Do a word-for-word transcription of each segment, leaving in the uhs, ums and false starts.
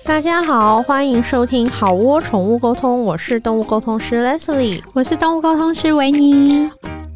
大家好，欢迎收听好窝宠物沟通，我是动物沟通师 Leslie， 我是动物沟通师维尼。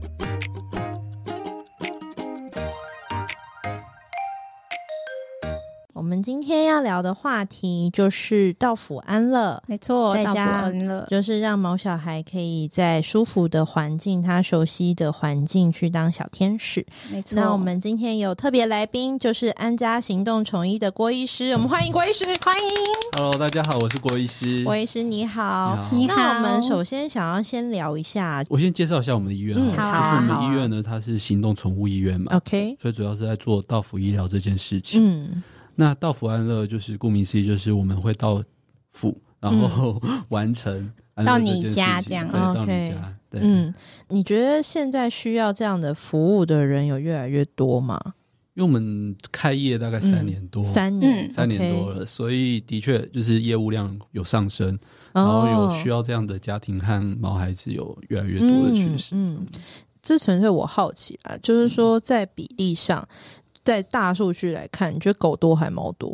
我们今天要聊的话题就是到府安乐， 没错， 在家到府安乐就是让毛小孩可以在舒服的环境，他熟悉的环境去当小天使。 没错， 那我们今天有特别来宾，就是安家行动宠医的郭医师，我们欢迎郭医师，欢迎。 Hello， 大家好，我是郭医师。 郭医师你好， 你好。 那我们首先想要先聊一下， 我先介绍一下我们的医院、 嗯、 好， 好就是我们医院呢，它是行动宠物医院嘛 ，OK， 所以主要是在做到府医疗这件事情。 嗯。 那到府安乐就是顾名思义，就是我们会到府，然后、嗯、完成安乐这件事情到你家这样， 对， okay. 到你家。对， 嗯，你觉得现在需要这样的服务的人有越来越多吗？ 因为我们开业大概三年多， 嗯、三年、 嗯，三年多了， okay. 所以的确就是业务量有上升，然后有需要这样的家庭和毛孩子有越来越多的趋势。 嗯，嗯这纯粹我好奇啦，就是说在比例上。在大数据来看，你觉得狗多还猫多？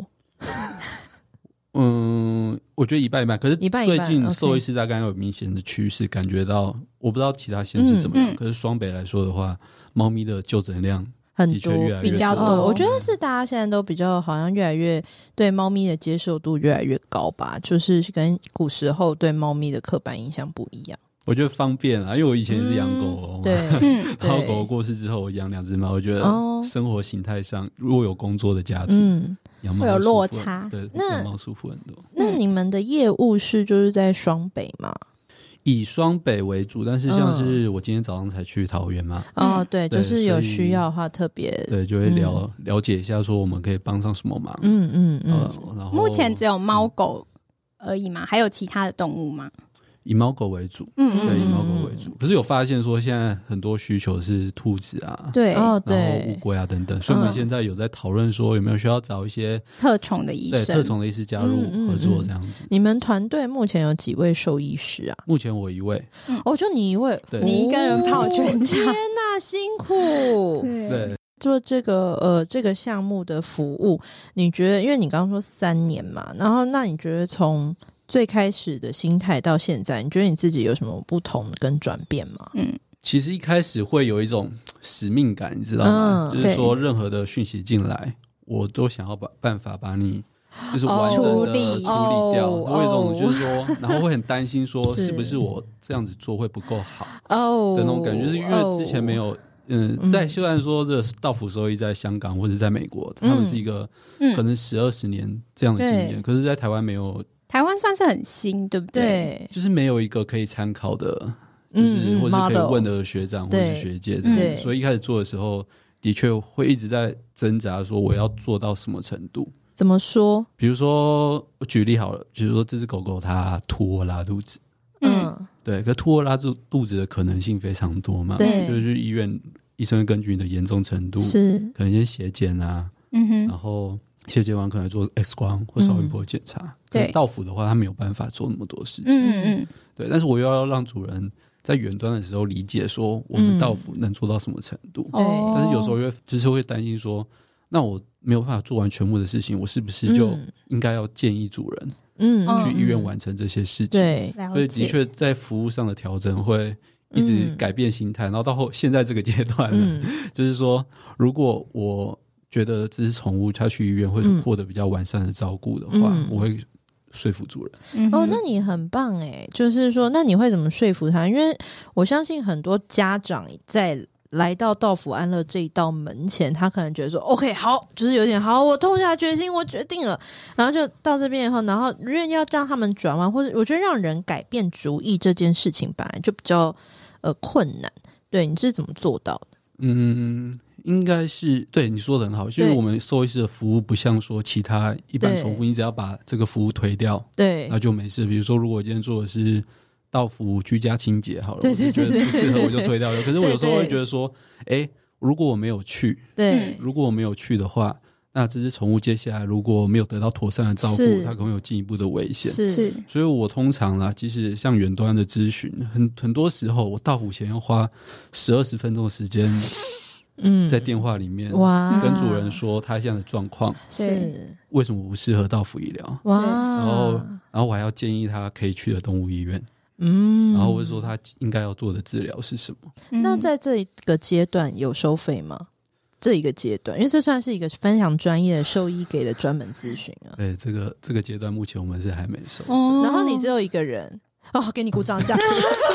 嗯，我觉得一半一半。可是一半一半最近兽医师大概有明显的趋势，感觉到我不知道其他县市怎么样、嗯，可是双北来说的话，猫咪的就诊量很的确越来越多， 比较多、 哦。我觉得是大家现在都比较好像越来越对猫咪的接受度越来越高吧，就是跟古时候对猫咪的刻板印象不一样。 我觉得方便啊，因为我以前也是养狗、哦嗯、对， 然后狗狗过世之后，我养两只猫，我觉得生活形态上，如果有工作的家庭，嗯，养猫会有落差， 对， 那养猫舒服很多。 那你们的业务是就是在双北吗？ 以双北为主，但是像是我今天早上才去桃园嘛， 哦、嗯，对，就是有需要的话特别对，就会了、嗯、了解一下，说我们可以帮上什么忙。 嗯嗯嗯、 呃。然后目前只有猫狗而已吗？还有其他的动物吗？ 以猫狗为主，嗯，对，以猫狗为主。可是有发现说，现在很多需求是兔子啊， 对， 哦，对， 然后乌龟啊等等，所以我们现在有在讨论说，有没有需要找一些特宠的医生， 对，特宠的医师加入合作这样子。 嗯嗯嗯、你们团队目前有几位兽医师啊？ 目前我一位， 哦，就你一位， 对， 你一个人跑全家， 天哪，辛苦， 对。 做这个呃这个项目的服务，你觉得？因为你刚刚说三年嘛，然后那你觉得从最开始的心态到现在，你觉得你自己有什么不同跟转变吗？ 嗯， 其实一开始会有一种使命感，你知道吗？嗯、就是说任何的讯息进来，我都想要把办法把你就是完整的处理掉， 哦、 会有一种就是说，哦、然后会很担心说是不是我这样子做会不够好哦的那种感觉，就是因为之前没有。嗯，在虽然说这到府兽医在香港或者在美国，他们是一个可能十二十年这样的经验，可是在台湾没有。 台湾算是很新，对不对？ 对， 就是没有一个可以参考的，就是、嗯、或者可以问的学长或者学姐这样，所以一开始做的时候，的确会一直在挣扎，说我要做到什么程度？ 怎么说？ 比如说，我举例好了，比如说这只狗狗它吐或拉肚子， 嗯，对， 可吐或拉肚子的可能性非常多嘛， 对， 就是去医院，医生会根据你的严重程度， 是可能先血检啊， 嗯哼， 然后。血检完可能做 X 光或超音波检查，嗯、对，到府的话他没有办法做那么多事情， 嗯嗯， 对。但是我又要让主人在远端的时候理解说，我们到府能做到什么程度。对、嗯，但是有时候又就是会担心说，那我没有办法做完全部的事情，我是不是就应该要建议主人，嗯，去医院完成这些事情？ 对、 嗯， 所以的确在服务上的调整会一直改变心态，然后到后现在这个阶段呢，嗯、就是说，如果我觉得这只宠物它去医院会获得比较完善的照顾的话、嗯、我会说服主人、 嗯、哦，那你很棒耶，就是说那你会怎么说服他？因为我相信很多家长在来到到府安乐这一道门前，他可能觉得说 OK 好，就是有点好，我痛下决心，我决定了，然后就到这边以后，然后因为要让他们转弯，或者我觉得让人改变主意这件事情本来就比较呃困难，对，你是怎么做到的？ 嗯，应该是对你说的很好，因为我们兽医师的服务不像说其他一般宠物，你只要把这个服务推掉，对，那就没事。比如说，如果今天做的是到府居家清洁好了，对对对对，我就觉得不适合我就推掉了。可是我有时候会觉得说，哎，如果我没有去，对，如果我没有去的话，那这只宠物接下来如果没有得到妥善的照顾，它可能有进一步的危险。 是， 所以我通常啦，即使像远端的咨询，很很多时候我到府前要花十二十分钟的时间嗯，在电话里面跟主人说他现在的状况是为什么不适合到府医疗， 哇， 然后然后我还要建议他可以去的动物医院，嗯，然后或者说他应该要做的治疗是什么。 那在这个阶段有收费吗？这一个阶段，因为这算是一个非常专业的兽医给的专门咨询啊。 对，这个这个阶段目前我们是还没收。 哦，然后你只有一个人哦，给你鼓掌一下。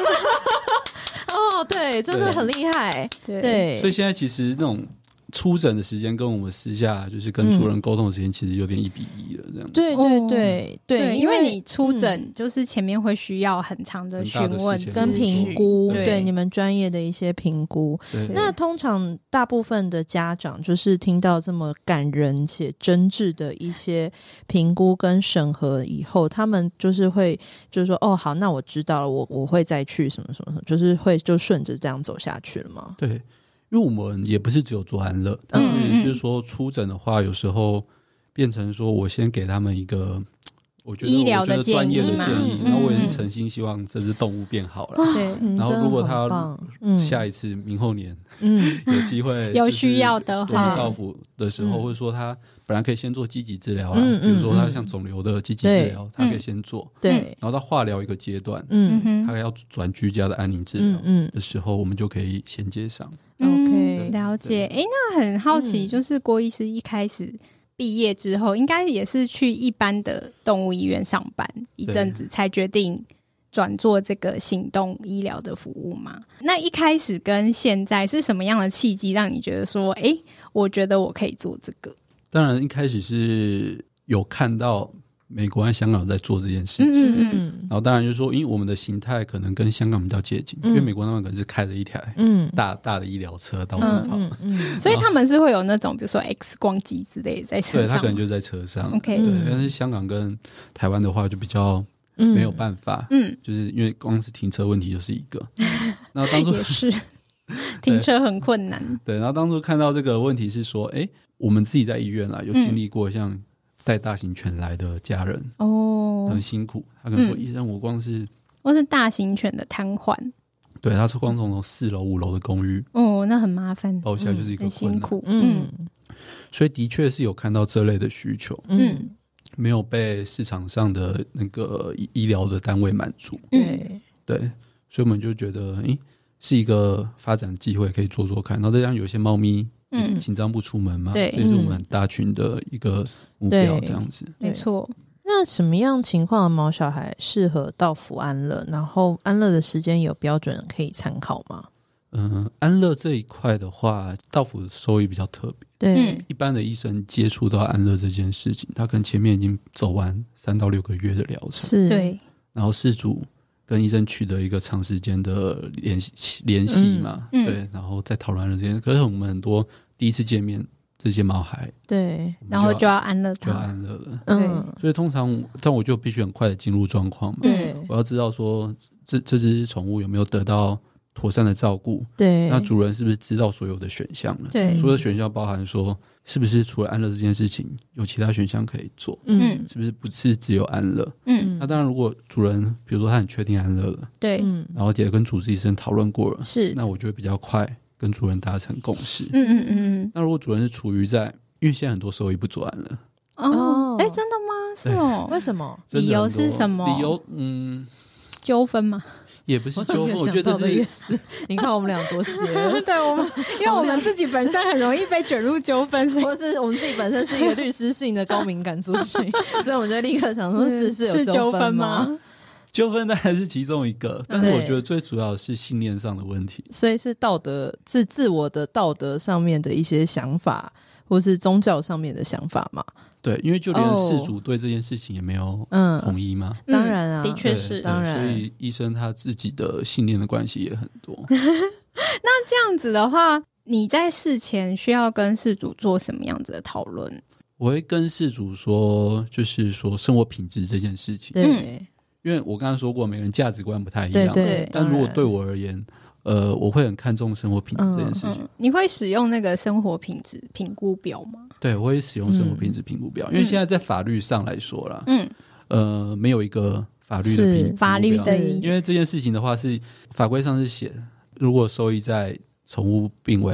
哦，对，真的很厉害。对，对， 所以现在其实那种出诊的时间跟我们私下就是跟主人沟通的时间其实有点一比一了，这样子。 对对对对， 因为你出诊就是前面会需要很长的询问跟评估，对你们专业的一些评估。那通常大部分的家长就是听到这么感人且真挚的一些评估跟审核以后，他们就是会就是说哦好，那我知道了，我我会再去什么什么什么，就是会就顺着这样走下去了吗？ 对。因为我们也不是只有做安乐，但是就是说出诊的话，有时候变成说我先给他们一个我觉得医疗的专业的建议，然后我也是诚心希望这只动物变好了。对，然后如果他下一次明后年有机会有需要的话， 到府的时候，或者说他本来可以先做积极治疗啊，比如说他像肿瘤的积极治疗，他可以先做， 对， 然后到化疗一个阶段，嗯，他要转居家的安宁治疗的时候，我们就可以衔接上。 OK， 了解。哎，那很好奇，就是郭医师一开始毕业之后，应该也是去一般的动物医院上班一阵子，才决定转做这个行动医疗的服务嘛？那一开始跟现在是什么样的契机，让你觉得说，哎，我觉得我可以做这个？ 当然，一开始是有看到美国和香港在做这件事情，嗯嗯嗯，然后当然就是说，因为我们的形态可能跟香港比较接近，嗯、因为美国他们可能是开着一台大、嗯、大的医疗车到处跑，嗯嗯嗯、所以他们是会有那种比如说 X 光机之类的在车上， 对，他可能就在车上 ，OK， 对。但是香港跟台湾的话就比较没有办法，嗯，就是因为光是停车问题就是一个，然后当初也是停车很困难， 对，然后当初看到这个问题是说，哎，我们自己在医院啦，有经历过像带大型犬来的家人哦，很辛苦。他可能说：“医生，我光是或是大型犬的瘫痪， 对，他是光从四楼、五楼的公寓哦，那很麻烦， 抱下就是一个很辛苦。 嗯，所以的确是有看到这类的需求，嗯，没有被市场上的那个医疗的单位满足， 对对，所以我们就觉得，哎，是一个发展机会，可以做做看。然后再加上有些猫咪。嗯，紧张不出门嘛，对，这是我们很大群的一个目标，这样子， 没错。 那什么样情况的毛小孩适合到府安乐？然后安乐的时间有标准可以参考吗？ 嗯、呃，安乐这一块的话，到府的收益比较特别。 对、 嗯，一般的医生接触到安乐这件事情，他可能前面已经走完三到六个月的疗程， 是对， 然后饲主跟医生取得一个长时间的联系联系嘛、嗯，对，然后再讨论了这件事。可是我们很多第一次见面这些毛孩， 对， 然后就要安乐就要安乐了， 嗯， 所以通常，但我就必须很快的进入状况嘛， 对， 我要知道说这这只宠物有没有得到妥善的照顾， 对， 那主人是不是知道所有的选项了？ 对， 所有的选项包含说，是不是除了安乐这件事情，有其他选项可以做？嗯，是不是不是只有安乐？嗯，那当然，如果主人比如说他很确定安乐了， 对， 然后也跟主治医生讨论过了， 是， 那我就会比较快跟主人达成共识。 嗯嗯嗯。 那如果主人是处于在，因为现在很多兽医不做安乐， 哦，哎，真的吗？是哦， 为什么？ 理由是什么？ 理由，嗯， 纠纷吗？ 也不是纠纷，我觉得这也是。你看我们俩多邪， 对我们，因为我们自己本身很容易被卷入纠纷， 或是我们自己本身是一个律师性的高敏感族群，所以我就立刻想说，是是有纠纷吗？ 纠纷当然是其中一个，但是我觉得最主要是信念上的问题， 所以是道德，是自我的道德上面的一些想法，或是宗教上面的想法嘛。 对，因为就连饲主对这件事情也没有同意嘛。 嗯、当然啊， 的确是， 当然。 所以医生他自己的信念的关系也很多。 那这样子的话，你在事前需要跟饲主做什么样子的讨论？ 我会跟饲主说，就是说生活品质这件事情。 对， 因为我刚刚说过，每个人价值观不太一样。 对对。 但如果对我而言，呃，我会很看重生活品质这件事情。嗯嗯、你会使用那个生活品质评估表吗？ 对，我会使用生活品质评估表，嗯、因为现在在法律上来说啦，嗯，呃，没有一个法律的评估表， 法律的， 因为这件事情的话是法规上是写，如果兽医在宠物病危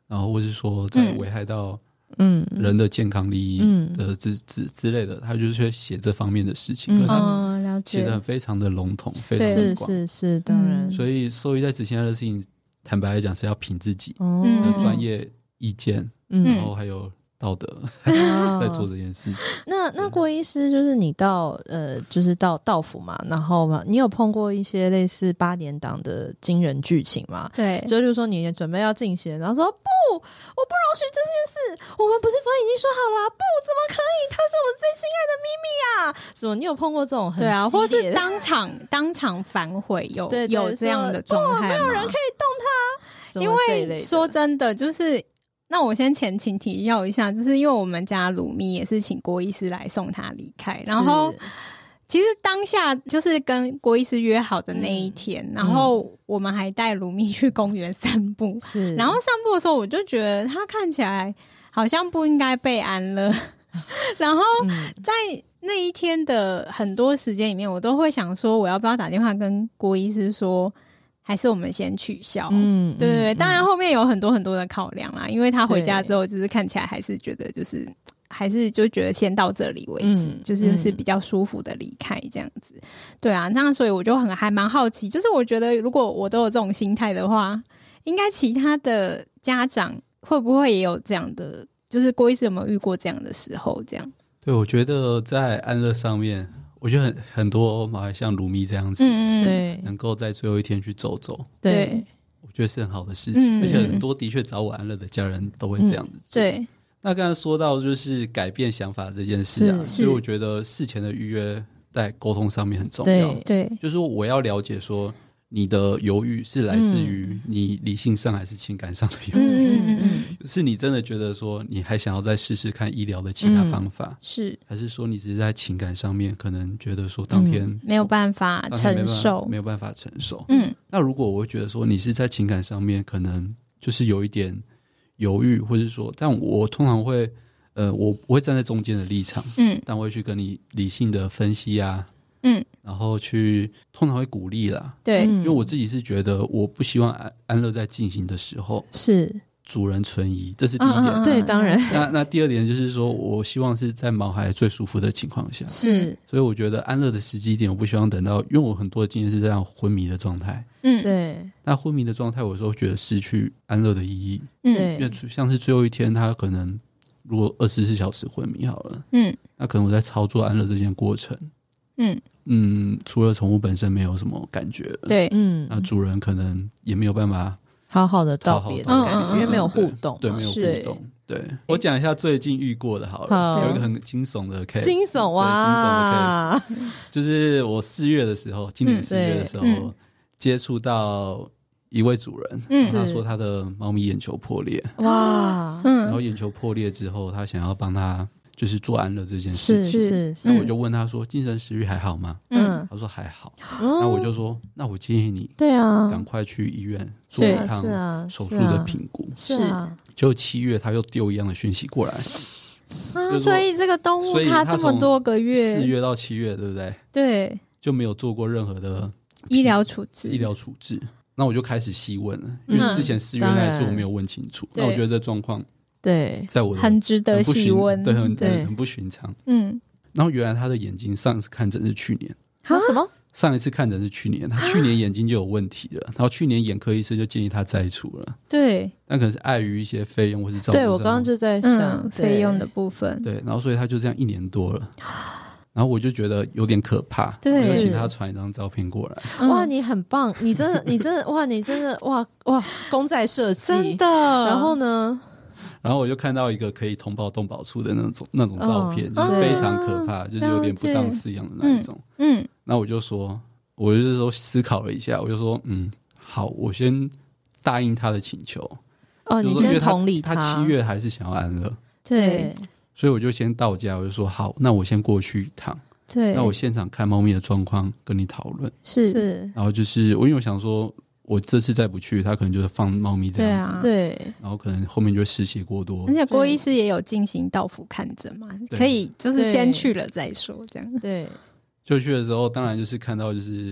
然后或是说在危害到嗯人的健康利益的之之之类的，他就是会写这方面的事情，可是他写的非常的笼统，非常的广， 是是是，当然。 所以兽医在执行他的事情，坦白来讲是要凭自己的专业意见，然后还有道德在做这件事情。 那那郭医师，就是你到呃，就是到道府嘛，然后嘛，你有碰过一些类似八点档的惊人剧情吗？ 对， 就例如说你也准备要进贤，然后说不，我不容许这件事，我们不是说已经说好了，不，怎么可以？他是我最心爱的咪咪啊！什么？你有碰过这种很对啊，或是激烈的当场当场反悔有对对有这样的状态吗？ 没有人可以动他， 因为说真的，就是那我先前情提要一下，就是因为我们家鲁咪也是请郭医师来送他离开，然后其实当下就是跟郭医师约好的那一天，嗯、然后我们还带鲁咪去公园散步，是，然后散步的时候我就觉得他看起来好像不应该被安乐，然后在那一天的很多时间里面，我都会想说，我要不要打电话跟郭医师说，还是我们先取消？嗯，对对对。当然后面有很多很多的考量啦，因为他回家之后，就是看起来还是觉得就是还是就觉得先到这里为止，嗯、就是是比较舒服的离开这样子。对啊，那所以我就很还蛮好奇，就是我觉得如果我都有这种心态的话，应该其他的家长会不会也有这样的？就是郭医师有没有遇过这样的时候？这样？ 对，我觉得在安乐上面，我觉得很很多马来像鲁咪这样子，嗯对，能够在最后一天去走走，对，我觉得是很好的事情。嗯、而且很多的确找我安乐的家人都会这样子做。 嗯、对。 那刚才说到就是改变想法这件事啊，所以我觉得事前的预约在沟通上面很重要。 对，对就是我要了解说你的犹豫是来自于你理性上还是情感上的犹豫，嗯嗯嗯、是你真的觉得说你还想要再试试看医疗的其他方法，嗯、 是， 还是说你只是在情感上面可能觉得说当天、嗯、 没有办法承受， 没有办法承受。嗯，那如果我会觉得说你是在情感上面可能就是有一点犹豫，或者说，但我通常会，呃，我不会站在中间的立场，嗯，但我会去跟你理性的分析啊，嗯，然后去通常会鼓励啦， 对， 因为我自己是觉得我不希望安安乐在进行的时候是主人存疑，这是第一点，嗯、 对，当然， 那那第二点就是说我希望是在毛孩最舒服的情况下， 是， 所以我觉得安乐的时机点，我不希望等到，因为我很多的经验是这样昏迷的状态。 嗯，对。 那昏迷的状态，有时候觉得失去安乐的意义。嗯，因为像是最后一天，他可能如果二十四小时昏迷好了，嗯，那可能我在操作安乐这件过程，嗯嗯，除了宠物本身没有什么感觉， 对， 嗯，那主人可能也没有办法好好的道别的感觉， 嗯、 因为没有互动， 对，没有互动。对，我讲一下最近遇过的好了，好有一个很惊悚的 case， 惊悚哇， 惊悚的 case， 就是我四月的时候，今年四月的时候、嗯、接触到一位主人，嗯、他说他的猫咪眼球破裂，哇，然后眼球破裂之后，他想要帮他就是做安乐这件事情，是是，那我就问他说精神食欲还好吗？嗯，他说还好，那、嗯、我就说那我建议你， 对啊， 赶快去医院做一趟手术的评估， 是啊。 就七月他又丢一样的讯息过来， 啊，所以这个动物它这么多个月， 四月到七月，对不对？ 对， 就没有做过任何的医疗处置。 医疗处置，那我就开始细问了，因为之前四月那一次我没有问清楚，那我觉得这状况对， 在我的很值得细问， 对，很很不寻常。嗯，然后原来他的眼睛上次看诊是去年， 啊什么？ 上一次看诊是去年，他去年眼睛就有问题了，然后去年眼科医师就建议他摘除了。 对， 那可能是碍于一些费用或是照顾。 对，我刚刚就在想费、嗯、用的部分。 对，然后所以他就这样一年多了，然后我就觉得有点可怕， 对， 我就请他传一张照片过来。 嗯、哇，你很棒，你真的，你真的，哇，你真的，哇哇，功在设计， 真的。 然后呢？ 然后我就看到一个可以通报动保处的那种那种照片，哦、就是非常可怕，嗯、就是有点不当饲养的那一种。嗯，那我就说，我就是说思考了一下，我就说，嗯，好，我先答应他的请求。 哦，你先同理他，他七月还是想要安乐， 对， 所以我就先到家，我就说好，那我先过去一趟。 对， 那我现场看猫咪的状况，跟你讨论。 是是， 然后就是我因为我想说。我这次再不去，他可能就是放猫咪这样子， 对、啊， 然后可能后面就会失血过多。 而且郭医师也有进行到府看诊嘛，可以就是先去了再说，这样。 对， 就去的时候，当然就是看到就是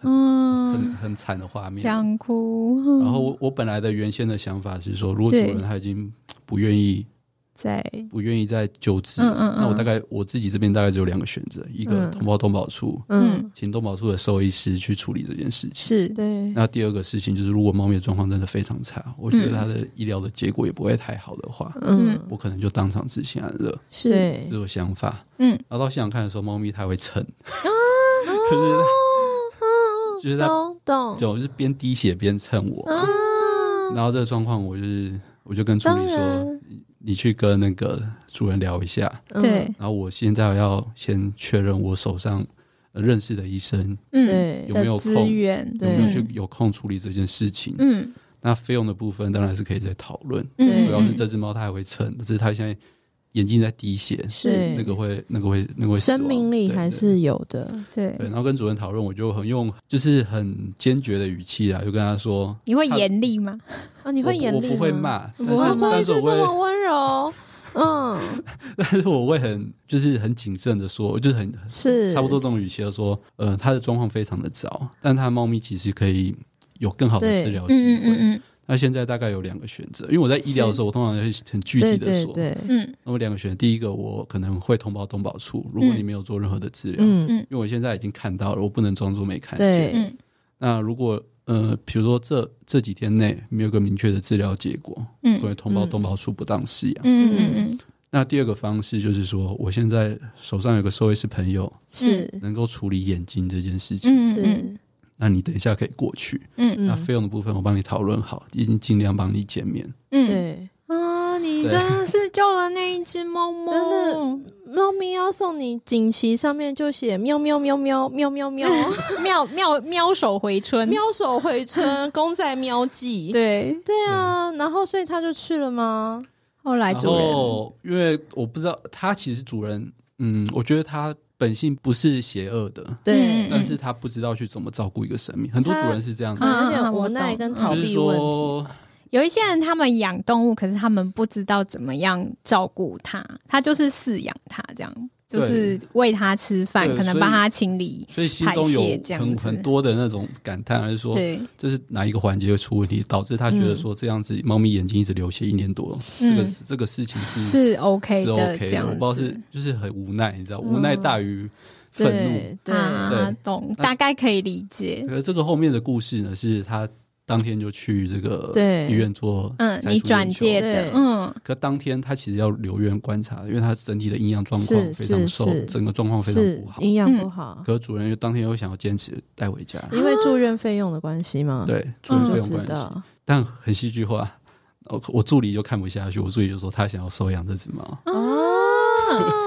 嗯，很很惨的画面， 想哭。 然后 我, 我本来的原先的想法是说，如果主人他已经不愿意再不愿意再救治， 嗯嗯嗯那我大概我自己这边大概只有两个选择，一个通报动保处，嗯，请动保处的兽医师去处理这件事情， 是对。 那第二个事情就是，如果猫咪的状况真的非常差，我觉得它的医疗的结果也不会太好的话，嗯，我可能就当场执行安乐， 是这种想法， 嗯。 然后到现场看的时候，猫咪它会蹭，啊、就是就是它懂懂， 就是边滴血边蹭我，啊、然后这个状况我就是我就跟助理说。你去跟那个主人聊一下， 对。 然后我现在要先确认我手上认识的医生， 嗯， 有没有空， 资源有没有去有空处理这件事情。嗯，那费用的部分当然是可以再讨论。嗯，主要是这只猫它还会蹭，只是它现在眼睛在滴血， 是那个会那个会那个会死亡， 生命力还是有的。 对对, 对，然后跟主任讨论，我就很用就是很坚决的语气啦，就跟他说：“ 你会严厉吗？ 哦，你会严厉吗？ 我不会骂， 不会骂， 但是我会这么温柔。”嗯， 但是我会很就是很谨慎的说，就是很是差不多这种语气的说，呃，他的状况非常的糟，但他的猫咪其实可以有更好的治疗机会。嗯嗯嗯，那现在大概有两个选择，因为我在医疗的时候，我通常会很具体的说， 对对对， 嗯，那么两个选择，第一个我可能会通报动保处，如果你没有做任何的治疗，嗯嗯，因为我现在已经看到了，我不能装作没看见。 对， 嗯，那如果呃，比如说这这几天内没有个明确的治疗结果，嗯，会通报动保处不当饲养。嗯嗯嗯。那第二个方式就是说，我现在手上有个兽医师朋友， 是能够处理眼睛这件事情， 是。 那你等一下可以过去，嗯，那费用的部分我帮你讨论好，已经尽量帮你减免。 嗯，对啊，你真的是救了那一只猫猫， 真的。猫咪要送你锦旗，上面就写喵喵喵喵喵喵喵喵喵喵手回春， 喵手回春，功在喵记。 对对啊，然后所以他就去了吗？ 后来主人， 因为我不知道他其实主人，嗯，我觉得他本性不是邪恶的， 对， 但是他不知道去怎么照顾一个生命，很多主人是这样子， 有点无奈跟逃避问题。 有一些人他们养动物，可是他们不知道怎么样照顾它，他就是饲养它这样，就是喂它吃饭，可能帮它清理， 所以心中有很很多的那种感叹，还是说这是哪一个环节会出问题，导致他觉得说这样子猫咪眼睛一直流血一年多，嗯、这个这个事情是是 OK 的， 是 OK 的，我不知道是就是很无奈，你知道，无奈大于愤怒， 对 对, 啊、对，懂，大概可以理解。 这个后面的故事呢，是他。当天就去这个医院做嗯，你转介的，嗯， 可当天他其实要留院观察，因为他整体的营养状况非常瘦，整个状况非常不好， 营养不好。 可是主任又当天又想要坚持带回家， 因为住院费用的关系吗？ 对，住院费用关系。嗯、但很戏剧化，我助理就看不下去，我助理就说他想要收养这只猫。 啊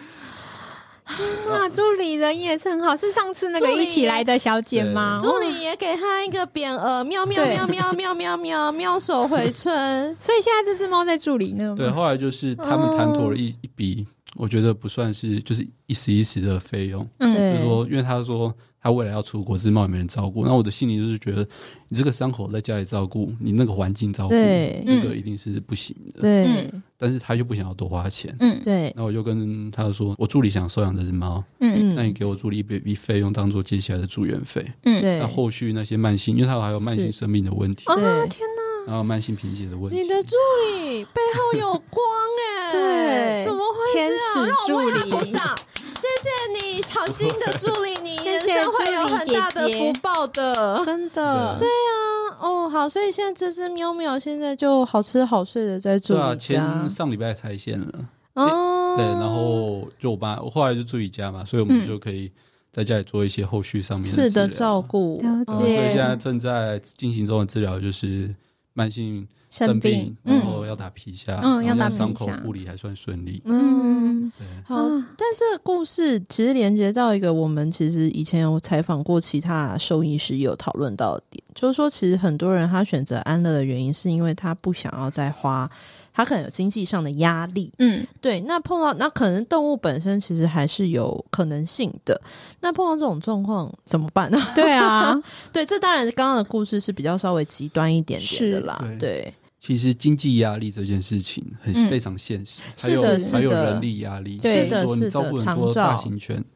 那助理人也是很好，是上次那个一起来的小姐吗？ 助理也给他一个匾额，喵喵喵喵喵喵喵喵手回春。 所以现在这只猫在助理那。 对，后来就是他们谈妥了一、哦、一笔，我觉得不算是就是一时一时的费用，嗯，就是说，因为他说他未来要出国，这只猫也没人照顾，那我的心里就是觉得，你这个伤口在家里照顾，你那个环境照顾，那个一定是不行的， 对。 嗯但是他又不想要多花钱， 嗯，对。 那我就跟他说，我助理想收养这只猫，嗯，那你给我助理一笔费用当做接下来的住院费，嗯，对。那后续那些慢性，因为他还有慢性生病的问题， 对，天哪， 然后慢性贫血的问题。 你的助理背后有光哎、 欸， 对，怎么会天使助理？ 鼓掌，谢谢你，好心的助理，你人生会有很大的福报的， 真的， 对啊。哦，好，所以现在这只喵喵现在就好吃好睡的在助理家。对啊， 前上礼拜拆线了哦，对，然后就我爸，我后来就助理家嘛，所以我们就可以在家里做一些后续上面的是的照顾， 了解、 嗯。所以现在正在进行中的治疗就是慢性生病，然后要打皮下， 嗯，要打皮下， 伤口护理还算顺利， 嗯，对。好，但这个故事其实连接到一个我们其实以前有采访过其他兽医师有讨论到的点，就是说其实很多人他选择安乐的原因是因为他不想要再花，他可能有经济上的压力，嗯，对。那碰到那可能动物本身其实还是有可能性的，那碰到这种状况怎么办呢？ 对啊， 对，这当然刚刚的故事是比较稍微极端一点点的啦，对。对其实经济压力这件事情很、嗯、非常现实，还有是的是的还有人力压力， 对的， 说你照顾很多大型犬，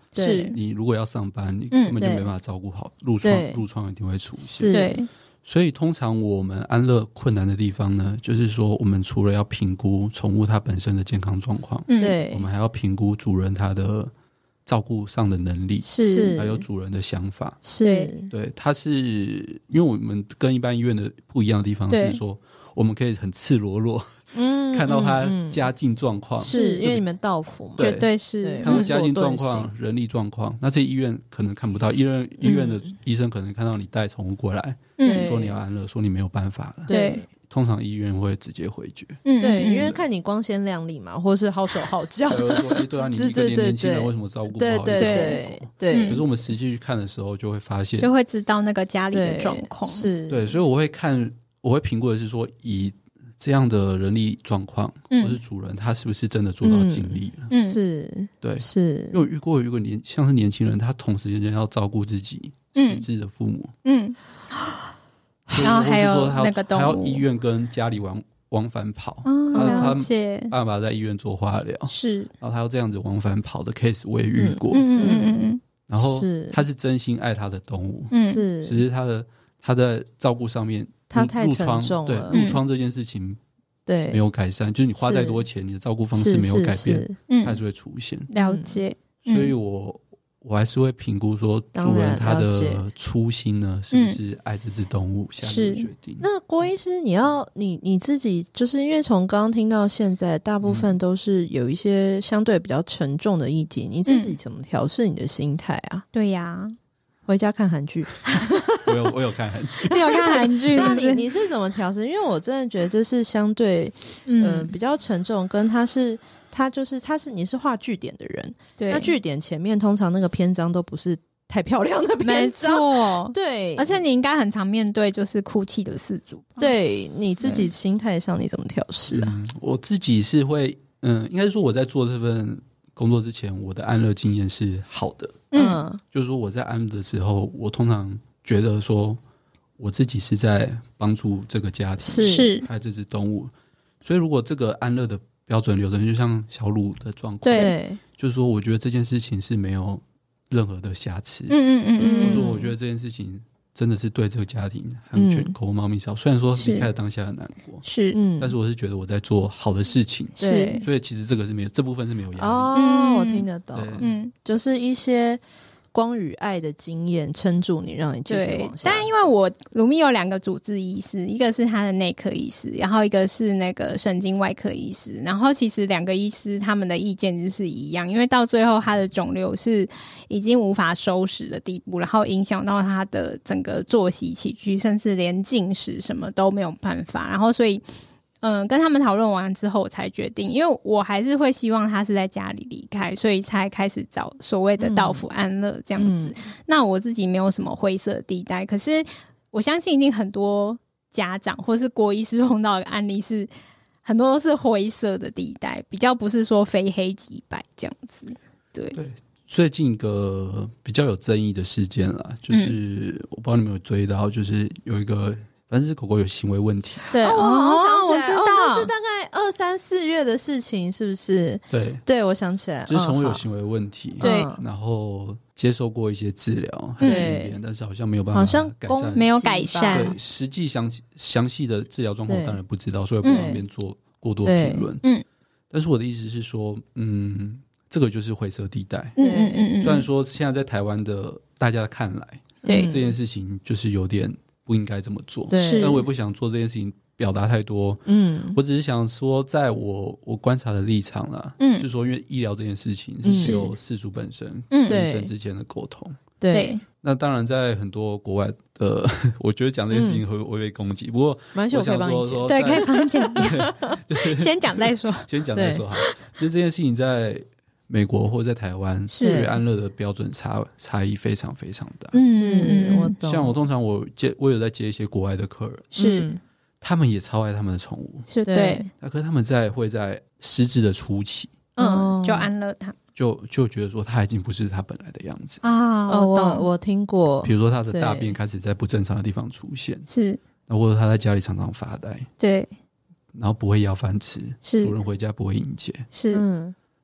是你如果要上班，你根本就没办法照顾好，褥疮褥疮一定会出现。 对， 所以通常我们安乐困难的地方呢，就是说我们除了要评估宠物它本身的健康状况， 对， 我们还要评估主人他的照顾上的能力， 是还有主人的想法， 是对，它是因为我们跟一般医院的不一样的地方是说，我们可以很赤裸裸。嗯，看到他家境状况、嗯嗯， 是因为你们到府嘛， 绝对是看到家境状况、人力状况。那这医院可能看不到，医院医院的医生可能看到你带宠物过来，嗯，说你要安乐，说你没有办法了， 对。 通常医院会直接回绝， 嗯，对，因为看你光鲜亮丽嘛，或是好手好脚， 对，说哎，对啊，你一个年轻人为什么照顾不好？ 对对对对。 可是我们实际去看的时候，就会发现， 就会知道那个家里的状况， 是对，所以我会看，我会评估的是说以。这样的人力状况，嗯、或是主人他是不是真的做到尽力了？ 嗯、是， 对， 是。 因为我遇过有一个年，像是年轻人，他同时间要照顾自己失智的父母，嗯， 然后还有那个动物， 还要医院跟家里往往返跑， 嗯、 他他爸爸在医院做化疗， 是， 然后他要这样子往返跑的 case 我也遇过， 嗯嗯嗯嗯， 然后他是真心爱他的动物， 嗯，是， 只是他的他在照顾上面。 它太沉重了，对褥疮这件事情，对没有改善，就是你花再多钱，你的照顾方式没有改变，它还是会出现。 了解， 所以我我还是会评估说，主人他的初心呢，是不是爱这只动物，下面决定。 那郭医师，你要你你自己，就是因为从刚刚听到现在，大部分都是有一些相对比较沉重的议题，你自己怎么调试你的心态啊？ 对呀。 回家看韩剧， 我有我有看韩剧， 你有看韩剧？ 那你你是怎么调试？因为我真的觉得这是相对嗯、呃、比较沉重，跟他是他就是他是你是画句点的人，对，那句点前面通常那个篇章都不是太漂亮的篇章， 没错， 对， 而且你应该很常面对就是哭泣的事主， 对，你自己心态上你怎么调试啊、 嗯？我自己是会嗯，应该说我在做这份工作之前，我的安乐经验是好的。嗯，就是说我在安乐的时候，我通常觉得说我自己是在帮助这个家庭， 是爱这只动物。所以如果这个安乐的标准流程，就像小鲁的状况， 对， 就是说我觉得这件事情是没有任何的瑕疵。 嗯嗯嗯嗯， 或者说我觉得这件事情真的是对这个家庭很全狗猫咪少，虽然说离开的当下很难过， 是， 但是我是觉得我在做好的事情， 是， 所以其实这个是没有这部分是没有压力。 哦，嗯、我听得懂，嗯，就是一些光与爱的经验撑住你，让你继续往下。 但因为我鲁密有两个主治医师，一个是他的内科医师，然后一个是那个神经外科医师。然后其实两个医师他们的意见就是一样，因为到最后他的肿瘤是已经无法收拾的地步，然后影响到他的整个作息起居，甚至连进食什么都没有办法。然后所以嗯，跟他们讨论完之后，我才决定，因为我还是会希望他是在家里离开，所以才开始找所谓的到府安乐这样子。嗯、那我自己没有什么灰色地带，可是我相信一定很多家长或是郭医师碰到的案例是很多都是灰色的地带，比较不是说非黑即白这样子。对对，最近一个比较有争议的事件啦，就是、嗯、我不知道你们有追到，就是有一个。反正是狗狗有行为问题， 对，哦、我好像想起来， 我知道， 哦、那是大概二三四月的事情，是不是？ 对， 对，我想起来， 就是宠物有行为问题， 对、 嗯，然后接受过一些治疗和训练，但是好像没有办法改善， 没有改善， 对，实际详详细的治疗状况当然不知道，所以不方便做过多评论。嗯，但是我的意思是说，嗯，这个就是灰色地带。 嗯嗯嗯， 虽然说现在在台湾的大家看来， 对这件事情就是有点。不应该这么做， 对， 但我也不想做这件事情，表达太多。嗯，我只是想说，在我我观察的立场啦，嗯，就是说，因为医疗这件事情是只有饲主本身、嗯、跟医生之间的沟通， 对。 那当然，在很多国外的，我觉得讲这件事情会会被攻击。不过， 我想说说， 对，可以帮你讲，先讲再说， 先讲再说好。就这件事情在。美国或在台湾对安乐的标准差差异非常非常大。 是，我懂。 像我通常我接我有在接一些国外的客人， 是他们也超爱他们的宠物， 是对。 可是他们在会在失智的初期， 嗯，就安乐他， 就就觉得说他已经不是他本来的样子啊。 哦，我我听过， 比如说他的大便开始在不正常的地方出现， 是， 或者他在家里常常发呆， 对， 然后不会要饭吃， 是， 主人回家不会迎接， 是，嗯。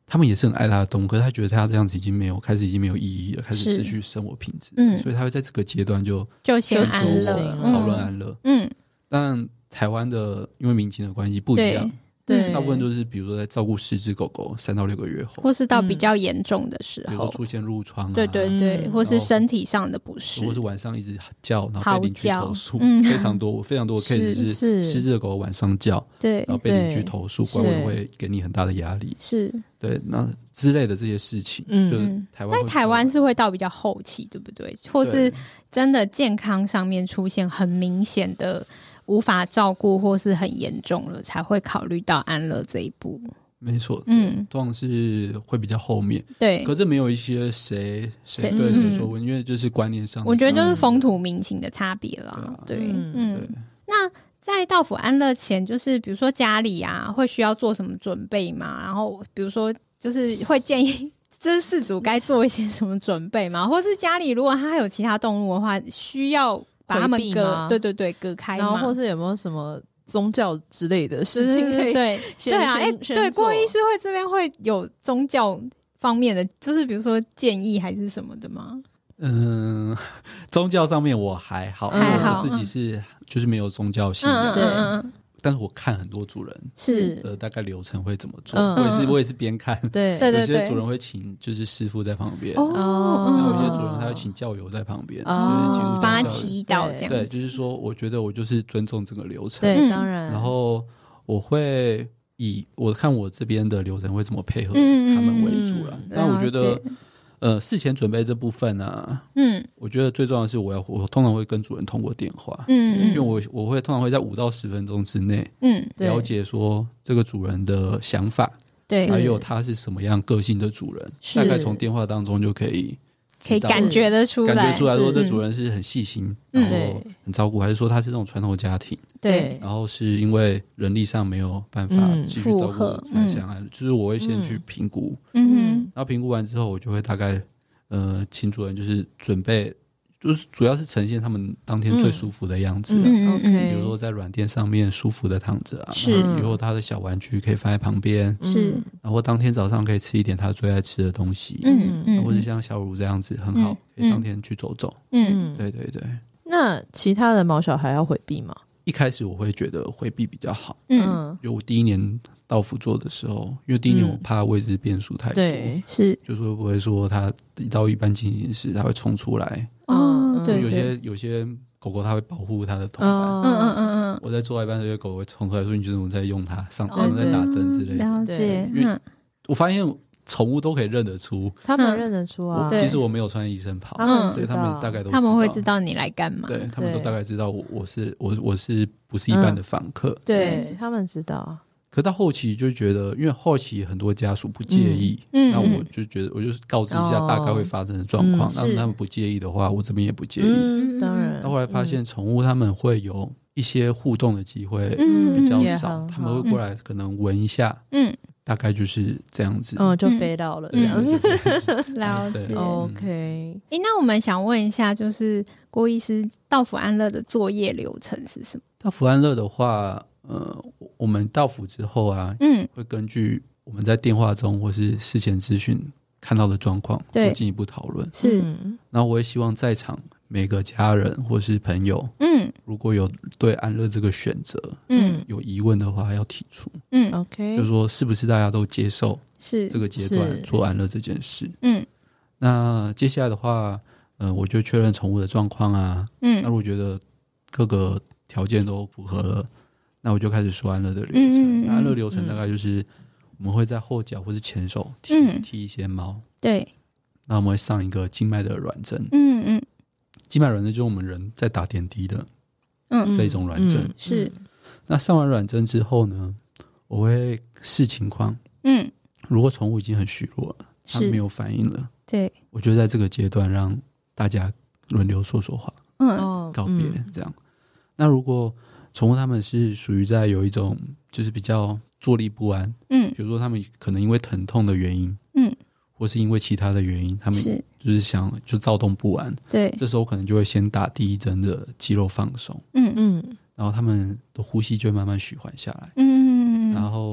他们也是很爱他的动物，可是他觉得他这样子已经没有开始已经没有意义了，开始失去生活品质，嗯，所以他会在这个阶段就就先安乐， 讨论安乐，嗯，但台湾的因为民情的关系不一样。 对， 大部分都是比如说在照顾十只狗狗三到六个月后， 或是到比较严重的时候， 比如说出现褥疮啊， 对对对，或是身体上的不适， 或是晚上一直叫，然后被邻居投诉，嗯、非常多非常多的 case 是十只的狗狗晚上叫， 对， 然后被邻居投诉，管委会给你很大的压力， 是， 对，那之类的这些事情， 嗯， 就是台湾在台湾是会到比较后期，对不对？或是真的健康上面出现很明显的无法照顾或是很严重了，才会考虑到安乐这一步。 没错，嗯，通常是会比较后面， 对。 可是没有一些谁谁对谁说问、嗯，因为就是观念上， 我觉得就是风土民情的差别啦。对、啊，对，嗯。对，那在到府安乐前，就是比如说家里啊，会需要做什么准备吗？然后比如说，就是会建议这饲主该做一些什么准备吗？或是家里如果他还有其他动物的话，需要把他们隔，对对对，隔开吗？ 然后或是有没有什么宗教之类的事情可以对对啊，哎、欸，对，郭医师会这边会有宗教方面的，就是比如说建议还是什么的吗？ 嗯，宗教上面我还好，因为我自己是、嗯、就是没有宗教信仰， 对。嗯嗯嗯， 但是我看很多主人是的大概流程会怎么做，嗯、我也是我也是边看， 对对对，有些主人会请就是师傅在旁边，哦，然后有些主人他会请教友在旁边，哦，就是基督教帮他祈祷这样， 对，就是说我觉得我就是尊重这个流程， 对，当然， 然后我会以我看我这边的流程会怎么配合他们为主啦，那、嗯、我觉得。呃，事前准备这部分啊，嗯，我觉得最重要的是我要，我通常会跟主人通过电话，嗯，因为我我会通常会在五到十分钟之内，嗯，了解说这个主人的想法， 对， 还有他是什么样个性的主人，大概从电话当中就可以可以感觉得出来， 感觉出来说这主人是很细心，然后很照顾，还是说他是那种传统家庭， 对， 然后是因为人力上没有办法继续照顾才想来，就是我会先去评估，嗯，然后评估完之后，我就会大概呃请主人就是准备，就是主要是呈现他们当天最舒服的样子， 嗯嗯， 比如说在软垫上面舒服的躺着啊， 是， 以后他的小玩具可以放在旁边， 是， 然后当天早上可以吃一点他最爱吃的东西， 嗯嗯， 或者像小乳这样子很好，可以当天去走走，嗯，对对对。 那其他的毛小孩要回避吗？ 一开始我会觉得回避比较好，嗯，因为我第一年到府做的时候，因为第一年我怕位置变数太多， 对， 是， 就是会不会说他一到一般进行时，他会冲出来， 哦，对， 有些有些狗狗它会保护它的同伴，嗯嗯嗯嗯， 我在做一半，有些狗会冲出来说：“你觉得我在用它上，我在打针之类的。” 了解， 因为我发现宠物都可以认得出， 他们认得出啊。 即使我没有穿医生袍，所以他们大概都知道， 他们会知道你来干嘛， 对他们都大概知道我我是我我是不是一般的访客， 对他们知道。 可到后期就觉得，因为后期很多家属不介意，嗯，那我就觉得我就是告知一下大概会发生的状况，那、嗯、他们不介意的话，我这边也不介意。 嗯，当然。 那后来发现宠物他们会有一些互动的机会比较少，嗯、他们会过来可能闻一下，嗯，大概就是这样子， 嗯，就飞到了这样子。 嗯、了解 ，OK。 哎，那我们想问一下，就是郭医师到府安乐的作业流程是什么？ 到府安乐的话。呃，我们到府之后啊，嗯，会根据我们在电话中或是事前资讯看到的状况做进一步讨论。 是， 然后我也希望在场每个家人或是朋友，嗯，如果有对安乐这个选择，嗯，有疑问的话要提出， 嗯 ，OK， 就是说是不是大家都接受是这个阶段做安乐这件事， 嗯， 那接下来的话，呃，我就确认宠物的状况啊，嗯，那如果觉得各个条件都符合了。那我就开始说安乐的流程，嗯、安乐流程大概就是我们会在后脚或是前手剃、嗯、剃一些毛， 对。 那我们会上一个静脉的软针， 嗯嗯， 静脉软针就是我们人在打点滴的，嗯，这一种软针、 嗯、是。 那上完软针之后呢，我会视情况，嗯，如果宠物已经很虚弱了，它没有反应了， 对， 我就在这个阶段让大家轮流说说话， 嗯， 告别这样。那如果宠物他们是属于在有一种就是比较坐立不安，嗯，比如说他们可能因为疼痛的原因，嗯，或是因为其他的原因，他们就是想就躁动不安， 对， 这时候可能就会先打第一针的肌肉放松， 嗯嗯， 然后他们的呼吸就会慢慢徐缓下来， 嗯， 然后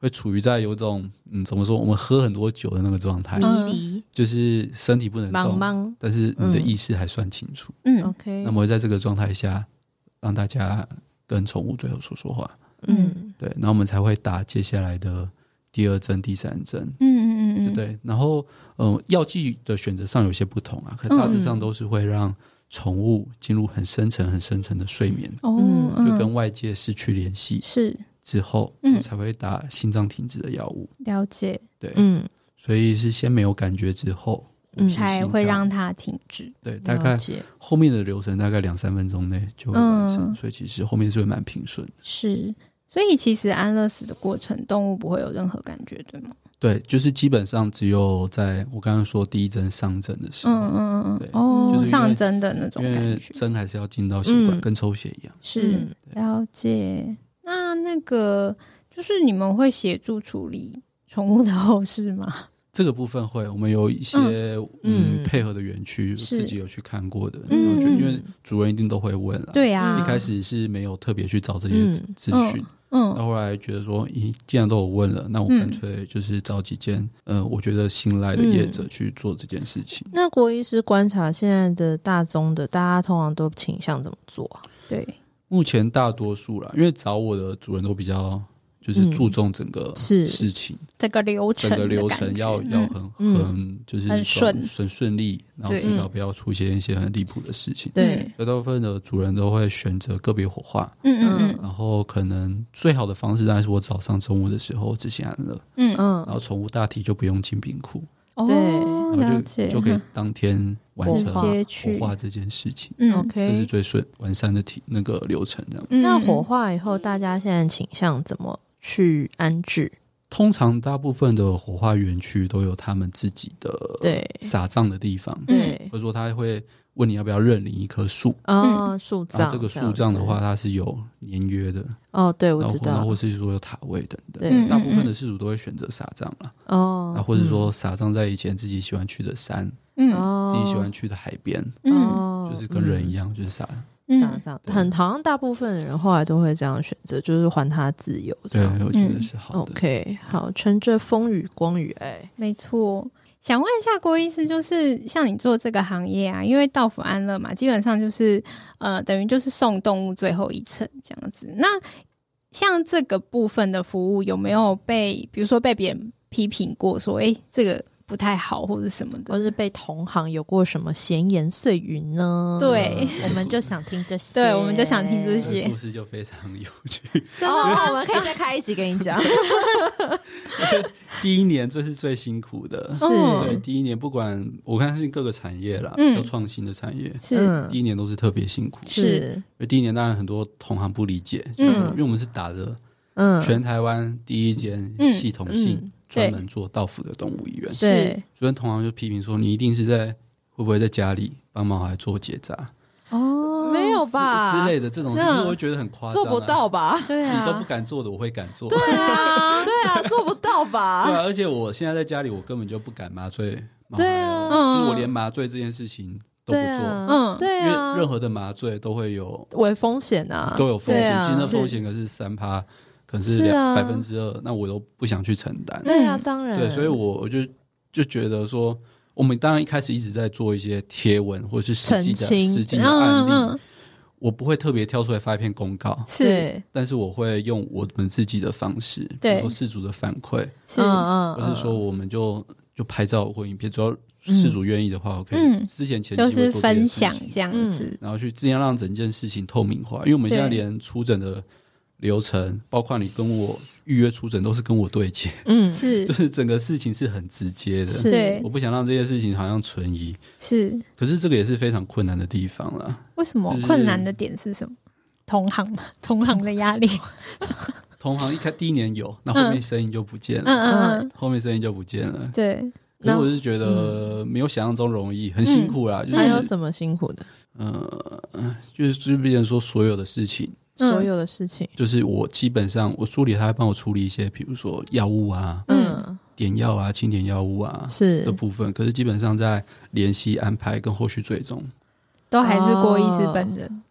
会处于在有种嗯怎么说，我们喝很多酒的那个状态， 迷离， 就是身体不能动， 茫茫， 但是你的意识还算清楚。 嗯 ，OK。 那么在这个状态下，让大家跟宠物最后说说话。 嗯， 对，然后我们才会打接下来的第二针、第三针。 嗯嗯嗯， 对对。然后，呃，药剂的选择上有些不同啊，可大致上都是会让宠物进入很深层、很深层的睡眠， 哦， 就跟外界失去联系， 是之后，嗯，才会打心脏停止的药物。 了解， 对，嗯，所以是先没有感觉之后， 嗯，才会让它停止。 对，大概后面的流程大概两三分钟内就会完成，嗯，所以其实后面是会蛮平顺的。 是，所以其实安乐死的过程，动物不会有任何感觉，对吗？ 对，就是基本上只有在我刚刚说第一针上针的时候，嗯嗯嗯，对， 哦， 就是上针的那种感觉， 因为针还是要进到血管，嗯，跟抽血一样。 是，了解。那那个就是你们会协助处理宠物的后事吗？ 这个部分会，我们有一些 嗯, 嗯配合的园区，自己有去看过的，然后就因为主人一定都会问啦， 对啊， 一开始是没有特别去找这些资讯，嗯，那后来觉得说，咦，既然都有问了，那我干脆就是找几间，嗯、呃，我觉得信赖的业者去做这件事情。 那郭医师观察现在的大宗的，大家通常都倾向怎么做啊？ 对， 目前大多数啦，因为找我的主人都比较。就是注重整个事情， 嗯、这个流程， 整个流程要要很、嗯、很就是很顺很顺利，然后至少不要出现一些很离谱的事情。 对， 大部分的主人都会选择个别火化， 嗯嗯嗯， 然后可能最好的方式当然是我早上中午的时候执行安乐，嗯嗯，然后宠物大体就不用进冰库。 对， 然后就就可以当天完成火化这件事情。 嗯 ，OK， 这是最顺完善的体那个流程这样。 嗯、那火化以后，大家现在倾向怎么去安置？ 通常大部分的火化园区都有他们自己的撒葬的地方， 对， 或者说他会问你要不要认领一棵树哦，树葬。 这个树葬的话，它是有年约的哦，对，我知道。 然后或是说有塔位等等，对，大部分的事主都会选择撒葬啦。哦，或者说撒葬在以前自己喜欢去的山，嗯，自己喜欢去的海边，嗯，就是跟人一样，就是撒。 像这样，很好像大部分人后来都会这样选择，就是还他自由这样。 对，我觉得是好的。 OK， 好，乘着风雨光与爱， 没错。想问一下郭医师，就是像你做这个行业啊，因为到府安乐嘛，基本上就是呃，等于就是送动物最后一程这样子。那像这个部分的服务，有没有被比如说被别人批评过说，哎、欸，这个不太好或者什么的， 或是被同行有过什么闲言碎语呢？ 对， 我们就想听这些。 对，我们就想听这些故事，就非常有趣。 真的吗？我们可以再开一集跟你讲。 第一年这是最辛苦的， 是对第一年，不管我看是各个产业啦，比较创新的产业， 是第一年都是特别辛苦。 是， 因为第一年当然很多同行不理解，就是因为我们是打着嗯全台湾第一间系统性。嗯专门做到府的动物医院， 对， 所以同行就批评说，你一定是在会不会在家里帮忙还做结扎？ 哦，没有吧之类的这种事，我会觉得很夸张、啊， 做不到吧？ 对啊， 你都不敢做的，我会敢做。 对啊，对啊，做不到吧？ 对啊，而且我现在在家里，我根本就不敢麻醉。 对啊， 就是我连麻醉这件事情都不做。 嗯，对啊， 因为任何的麻醉都会有为风险啊， 都有风险，其实那风险可是三趴。可是两百分之二，那我都不想去承担。 对啊，当然。 对，所以我我就就觉得说，我们当然一开始一直在做一些贴文或者是实际的实际的案例，嗯嗯我不会特别挑出来发一篇公告， 是， 但是我会用我们自己的方式，比如说事主的反馈， 是， 或是说我们就就拍照或影片，主要事主愿意的话，我可以、嗯、之前前期就是分享这样子， 嗯、然后去尽量让整件事情透明化，因为我们现在连出诊的流程，包括你跟我预约出诊都是跟我对接， 嗯，是， 就是整个事情是很直接的， 是， 我不想让这件事情好像存疑， 是， 可是这个也是非常困难的地方啦。 为什么、就是、困难的点是什么？同行嘛，同行的压力。 同行一开第一年有，那后面生意就不见了，嗯嗯嗯，后面生意就不见了， 对。 可是我是觉得没有想象中容易，很辛苦啦。嗯、就是还有什么辛苦的？ 呃，就是就是别人说所有的事情。 所有的事情， 就是我基本上我助理他会帮我处理一些，比如说药物啊，嗯，点药啊、清点药物啊是的部分。可是基本上在联系、安排跟后续追踪， 都还是郭医师本人。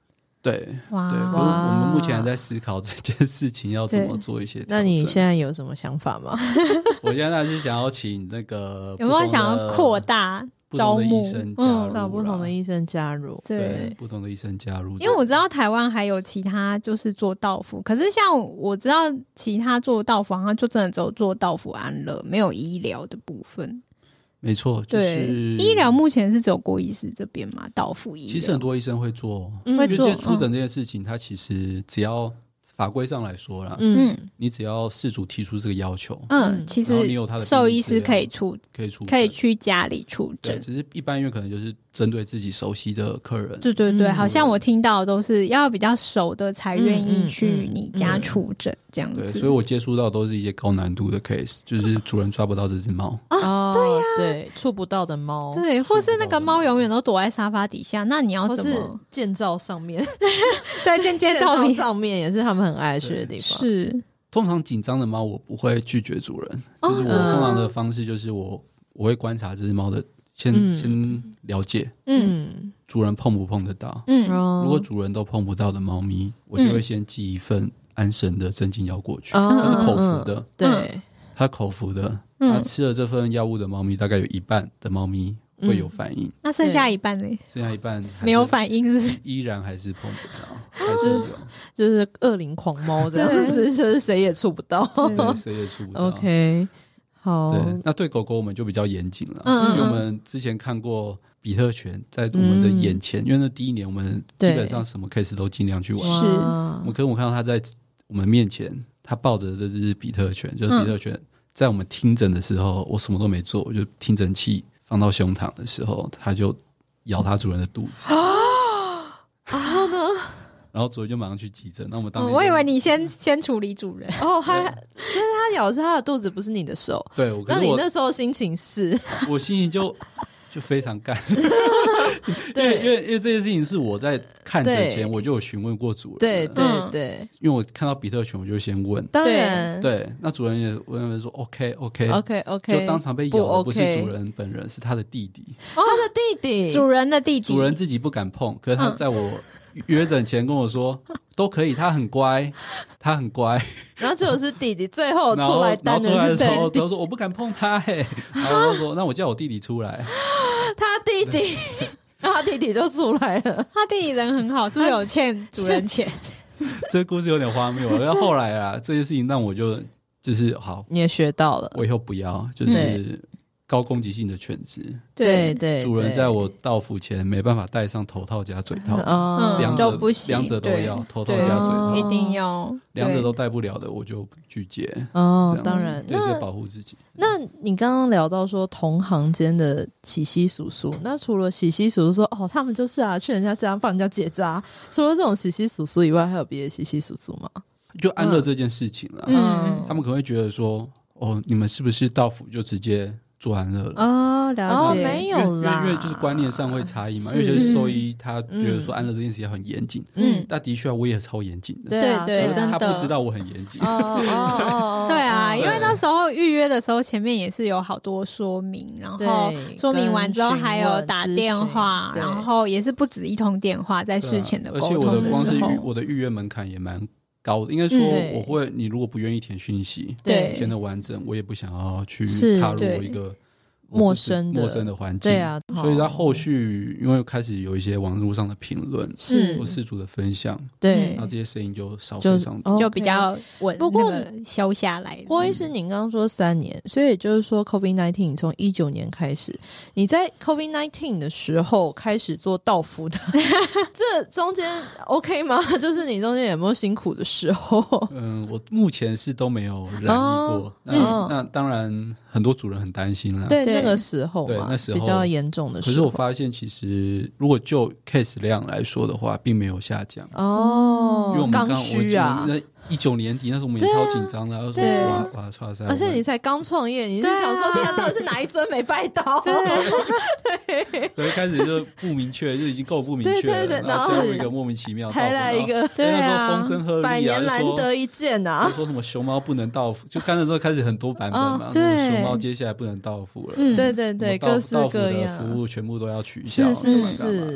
对，哇，对，可是我们目前还在思考这件事情要怎么做一些调整。 那你现在有什么想法吗？ 我现在是想要请那个有没有想要扩大招募医生加入、嗯， 找不同的医生加入， 对， 对不同的医生加入。 因为我知道台湾还有其他就是做到府，可是像我知道其他做到府好像就真的只有做到府安乐，没有医疗的部分。 没错，就是、 对，医疗目前是只有郭医师这边嘛，到府医疗。 其实很多医生会做， 嗯、 因为这出诊这件事情，他、嗯、其实只要法规上来说啦，嗯，你只要事主提出这个要求， 嗯，其实兽医师可以出， 可以出， 可以去家里出诊。 只是一般医院可能就是针对自己熟悉的客人。 对对对，嗯、好像我听到的都是要比较熟的才愿意去你家出诊这样子、嗯嗯嗯。 对，所以我接触到都是一些高难度的 case， 就是主人抓不到这只猫啊，对呀、啊， 对，触不到的猫， 对，或是那个猫永远都躲在沙发底下，那你要怎么建造上面？ 对，建建造上面也是他们很爱去的地方。 是， 通常紧张的猫我不会拒绝主人，哦、就是我通常的方式就是我我会观察这只猫的，先、嗯、先了解，嗯，主人碰不碰得到，嗯，如果主人都碰不到的猫咪，我就会先寄一份安神的镇静药过去，嗯、它是口服的， 嗯、对， 它口服的，它吃了这份药物的猫咪，大概有一半的猫咪会有反应，嗯、 那剩下一半呢？ 剩下一半没有反应是不是？ 依然还是碰不到，还是有， 就是恶灵狂猫这样子，就是谁也触不到， 对，谁也触不到。 OK， 好， 对，那对狗狗我们就比较严谨了，嗯、因为我们之前看过比特犬在我们的眼前，嗯、因为那第一年我们基本上什么 case 都尽量去玩， 是， 我们可是我看到它在我们面前，它抱着这只比特犬，就是比特犬。嗯在我们听诊的时候，我什么都没做，我就听诊器放到胸膛的时候，它就咬它主人的肚子。 然后呢？ 然后主人就马上去急诊。那我们当年、 哦，我以为你先先处理主人。 哦，还但是它咬的是它的肚子，不是你的手。 对，我那你那时候心情是？ 我心情就就非常干。对，因为因为这件事情是我在看诊前我就有询问过主人。 对对对， 因为我看到比特犬，我就先问。 当然， 对，那主人也问说 OK OK OK OK， 就当场被咬的不是主人本人，是他的弟弟。 他的弟弟， 主人的弟弟， 主人自己不敢碰，可是他在我约诊前跟我说都可以，他很乖，他很乖。 然后就是弟弟，最后出来单的是，然后出来的时候，他说我不敢碰他，哎，然后他说那我叫我弟弟出来。 他弟弟。然后他弟弟就出来了， 他弟弟人很好，是不是有欠主人钱？ 这个故事有点荒谬。然后后来啊，这件事情让我就就是好， 你也学到了， 我以后不要就是高攻击性的犬只。 对对， 主人在我到府前没办法戴上头套加嘴套， 嗯， 两者不行，两者都要头套加嘴套， 一定要， 两者都戴不了的我就拒绝。 哦，当然， 对，是保护自己。 那你刚刚聊到说同行间的洗洗簌簌，那除了洗洗簌簌说哦，他们就是啊，去人家这样帮人家结扎，除了这种洗洗簌簌以外，还有别的洗洗簌簌吗？ 就安乐这件事情啦，嗯，他们可能会觉得说，哦，你们是不是到府就直接做安乐了？ 哦，了解， 哦，没有啦， 因为因为就是观念上会差异嘛。因为有些兽医他觉得说安乐这件事情很严谨，嗯，但的确我也超严谨的， 对对，真的， 他不知道我很严谨， 哦哦， 对啊，因为那时候预约的时候，前面也是有好多说明，然后说明完之后还有打电话，然后也是不止一通电话在事前的沟通的时候， 而且我的光是预我的预约门槛也蛮高的，应该说我会，你如果不愿意填讯息， 对， 填的完整，我也不想要去踏入我一个陌生的陌生的环境， 对啊， 所以他后续因为开始有一些网络上的评论， 是或事主的分享， 对， 然后这些声音就少非常多， 就比较稳，不过消下来。 郭医师，您刚刚说三年，所以也就是说 COVID 十九 从一九年开始，你在 COVID 十九 的时候开始做到府的，这中间 OK 吗？就是你中间有没有辛苦的时候？ 嗯，我目前是都没有染疫过，哦、那、嗯、那当然很多主人很担心啦， 对。那个时候嘛， 对，那时候比较严重的时候。 可是我发现，其实如果就 case 量来说的话，并没有下降哦。 因为我们刚刚需啊， 一九年底那时候我们也超紧张的，然后说哇哇唰噻， 而且你才刚创业，你是想说，天啊，到底是哪一尊没拜到？ 对，对，开始就不明确，就已经够不明确了，然后加入一个莫名其妙， 还来一个， 对啊，那时候风声鹤唳啊， 百年难得一见啊， 就说什么熊猫不能到府，就刚才时候开始很多版本嘛，说熊猫接下来不能到府了， 对对对，各式各样的服务全部都要取消， 是是是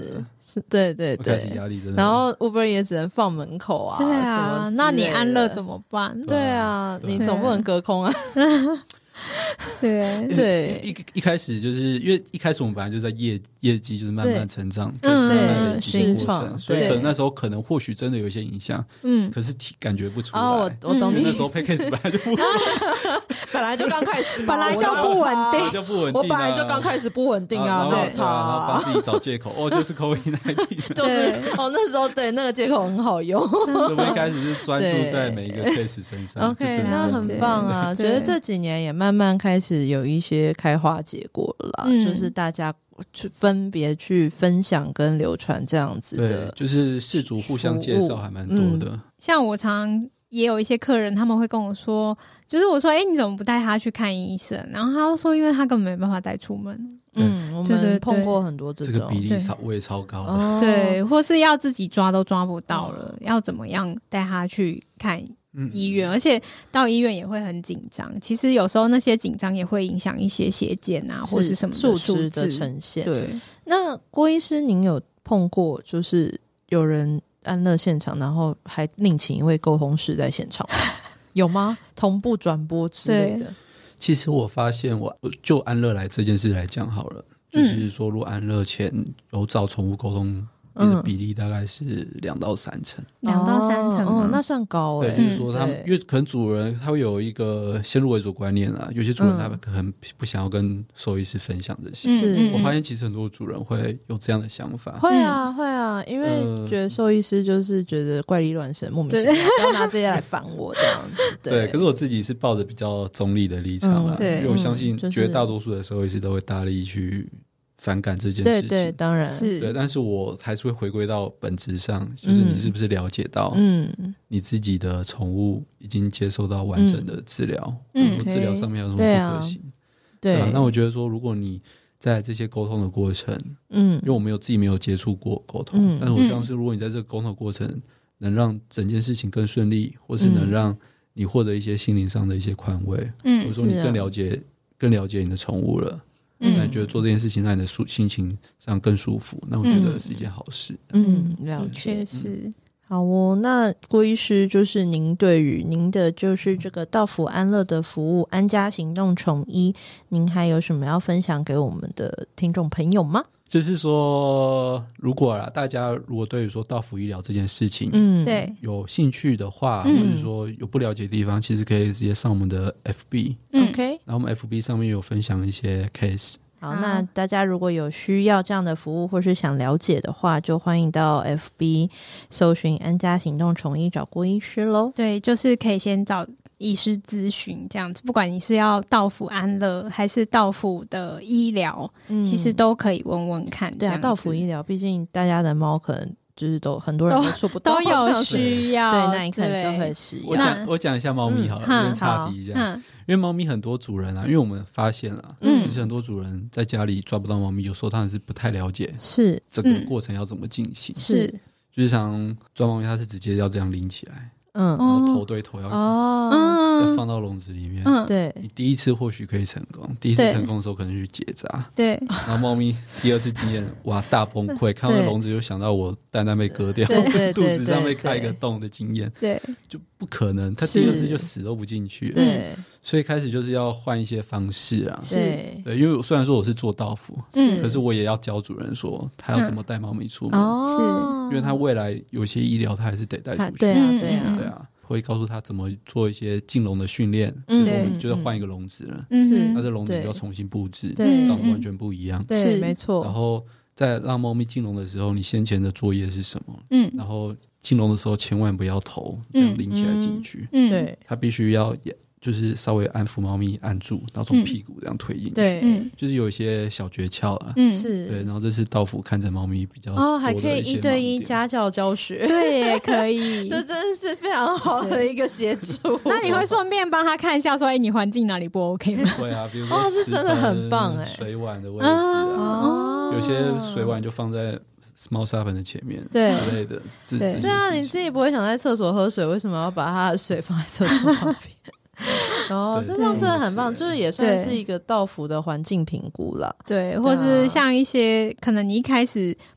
对对对， 开始压力真的。 然后 Uber 也只能放门口啊， 对啊，那你安乐怎么办？ 对啊，对你总不能隔空啊。 对对， 一一开始就是因为一开始我们本来就在业业绩就是慢慢成长， 对， 慢慢累积的过程，所以可能那时候可能或许真的有一些影响，嗯，可是体感觉不出来。 哦，我我懂你。 那时候 Podcast 本来就不， 本来就刚开始， 本来就不稳定， 就不稳定。 我本来就刚开始不稳定啊， 没差，然后帮自己找借口，哦，就是 COVID 十九， 就是哦，那时候对那个借口很好用。 所以我们一开始是专注在每一个 case 身上。 OK， 那很棒啊，觉得这几年也慢慢开始有一些开花结果了啦，嗯、就是大家去分别去分享跟流传这样子的， 对，就是事主互相介绍还蛮多的、嗯。 像我常也有一些客人，他们会跟我说，就是我说，哎、欸，你怎么不带他去看医生？然后他就说，因为他根本没办法带出门。 嗯，我们碰过很多这种， 这个比例超我也超高的、 哦，对，或是要自己抓都抓不到了，嗯、要怎么样带他去看医院？嗯、而且到医院也会很紧张。其实有时候那些紧张也会影响一些血检啊，或是什么数值的呈现。 对， 那郭医师，您有碰过就是有人安乐现场，然后还另请一位沟通师在现场，有吗？同步转播之类的。 其实我发现我就安乐来这件事来讲好了，就是说如果安乐前有找宠物沟通的比例大概是两到三成， 两到三成哦，那算高哎、 欸。对，就是说他们、嗯、因为可能主人他会有一个先入为主观念啊，有些主人他们可能不想要跟兽医师分享这些。是，我发现其实很多主人会有这样的想法。 会啊，会啊，因为觉得兽医师就是觉得怪力乱神，莫名其妙，不要拿这些来烦我这样子。对， 对，可是我自己是抱着比较中立的立场啦，嗯、因为我相信绝大多数的兽医师都会大力去反感这件事情， 对对，当然是对，但是我还是会回归到本质上，就是你是不是了解到，嗯，你自己的宠物已经接受到完整的治疗，嗯，治疗上面有什么不可行？ 对、啊， 对啊，那我觉得说，如果你在这些沟通的过程，嗯，因为我没有自己没有接触过沟通，嗯、但是我相信，如果你在这个沟通的过程能让整件事情更顺利，或是能让你获得一些心灵上的一些宽慰，嗯，或者说你更了解、啊、更了解你的宠物了。那你觉得做这件事情让你的心情上更舒服，那我觉得是一件好事。 嗯，了解， 确实。 好哦，那郭医师，就是您对于您的就是这个到府安乐的服务安家行动宠医，您还有什么要分享给我们的听众朋友吗？ 就是说，如果啦，大家如果对于说到府医疗这件事情， 嗯，对， 有兴趣的话，嗯、或者说有不了解的地方，其实可以直接上我们的 F B，OK，、嗯、然后我们 F B 上面有分享一些 case。 好，那大家如果有需要这样的服务，或是想了解的话，就欢迎到 F B 搜寻安家行动宠医找郭医师咯。 对，就是可以先找医师咨询这样子，不管你是要到府安乐还是到府的医疗、嗯、其实都可以问问看。 对啊，到府医疗毕竟大家的猫可能就是都很多人都做不到， 都有需要。 对，那你可能就会使用。 我讲我讲一下猫咪好了，这边岔题一下、嗯、因为猫咪很多主人啊，因为我们发现啊、嗯、其实很多主人在家里抓不到猫咪，有时候他们是不太了解是整个过程要怎么进行。 是， 就是像抓猫咪它是直接要这样拎起来，嗯，然后头对头要哦，要放到笼子里面。嗯， 对。 你第一次或许可以成功，第一次成功的时候可能去结扎， 对。 然后猫咪第二次经验，哇，大崩溃，看到笼子就想到我蛋蛋被割掉，肚子上被开一个洞的经验， 对， 就不可能，它第二次就死都不进去了。 对， 所以开始就是要换一些方式啊。 对， 对，因为虽然说我是做到府，嗯，可是我也要教主人说他要怎么带猫咪出门， 哦， 因为他未来有些医疗他还是得带出去， 对啊，对啊， 对啊。会告诉他怎么做一些进笼的训练，比如说我们就是换一个笼子了， 是， 那这笼子要重新布置， 对， 长得完全不一样， 是没错。 然后在让猫咪进笼的时候，你先前的作业是什么？嗯，然后进笼的时候千万不要头这样拎起来进去， 嗯，对， 它必须要就是稍微安抚猫咪按住，然后从屁股这样推进去， 对， 就是有一些小诀窍啊， 嗯，是对，然后这是到府看着猫咪比较哦，还可以一对一家教教学， 对，也可以， 这真的是非常好的一个协助。 那你会顺便帮他看一下，说，哎，你环境哪里不 OK 吗？ 会啊，比如说哦，这真的很棒哎， 水碗的位置啊，有些水碗就放在猫砂盆的前面之类的， 对对啊，你自己不会想在厕所喝水，为什么要把它的水放在厕所旁边？然后这样真的很棒，就是也算是一个到府的环境评估啦。 对，或是像一些可能你一开始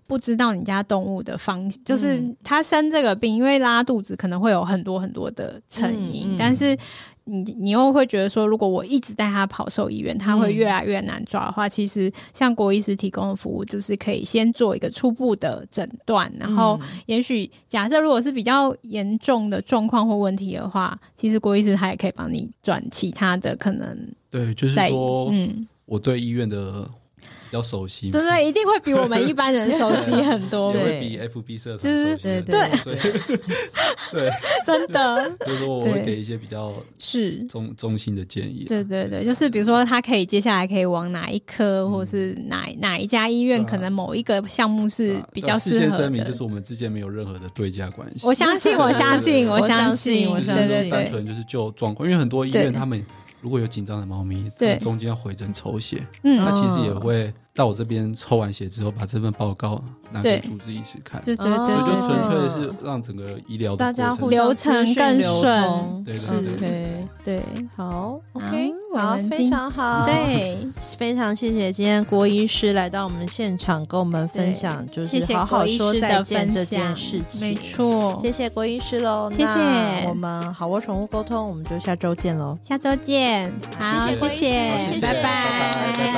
不知道你家动物的方，就是它生这个病，因为拉肚子可能会有很多很多的成因，嗯嗯、但是你你又会觉得说，如果我一直带它跑兽医院，它会越来越难抓的话，嗯、其实像郭医师提供的服务，就是可以先做一个初步的诊断，然后也许假设如果是比较严重的状况或问题的话，其实郭医师他也可以帮你转其他的可能。 对，就是说，嗯，我对医院的比较熟悉， 真的一定会比我们一般人熟悉很多， 也会比 F B 社团熟悉很多， 对对对， 真的， 就是说我会给一些比较是中中心的建议， 对对对，就是比如说他可以接下来可以往哪一科，嗯、或是哪哪一家医院，可能某一个项目是比较适合的。 事先声明，就是我们之间没有任何的对价关系。 我相信，我相信，我相信， 我相信， 就是单纯就是就状况，因为很多医院他们。如果有紧张的猫咪，对，中间要回诊抽血，嗯，那其实也会到我这边抽完血之后，把这份报告拿给主治医师看， 对对对， 所以就纯粹是让整个医疗的大家流程更顺， 对对对对，好 ，OK， 好，非常好， 对， 非常谢谢今天郭医师来到我们现场，跟我们分享，就是好好说再见这件事情， 没错， 谢谢郭医师喽， 谢谢， 我们好窝宠物沟通，我们就下周见喽， 下周见，好，谢谢， 拜拜。 拜拜。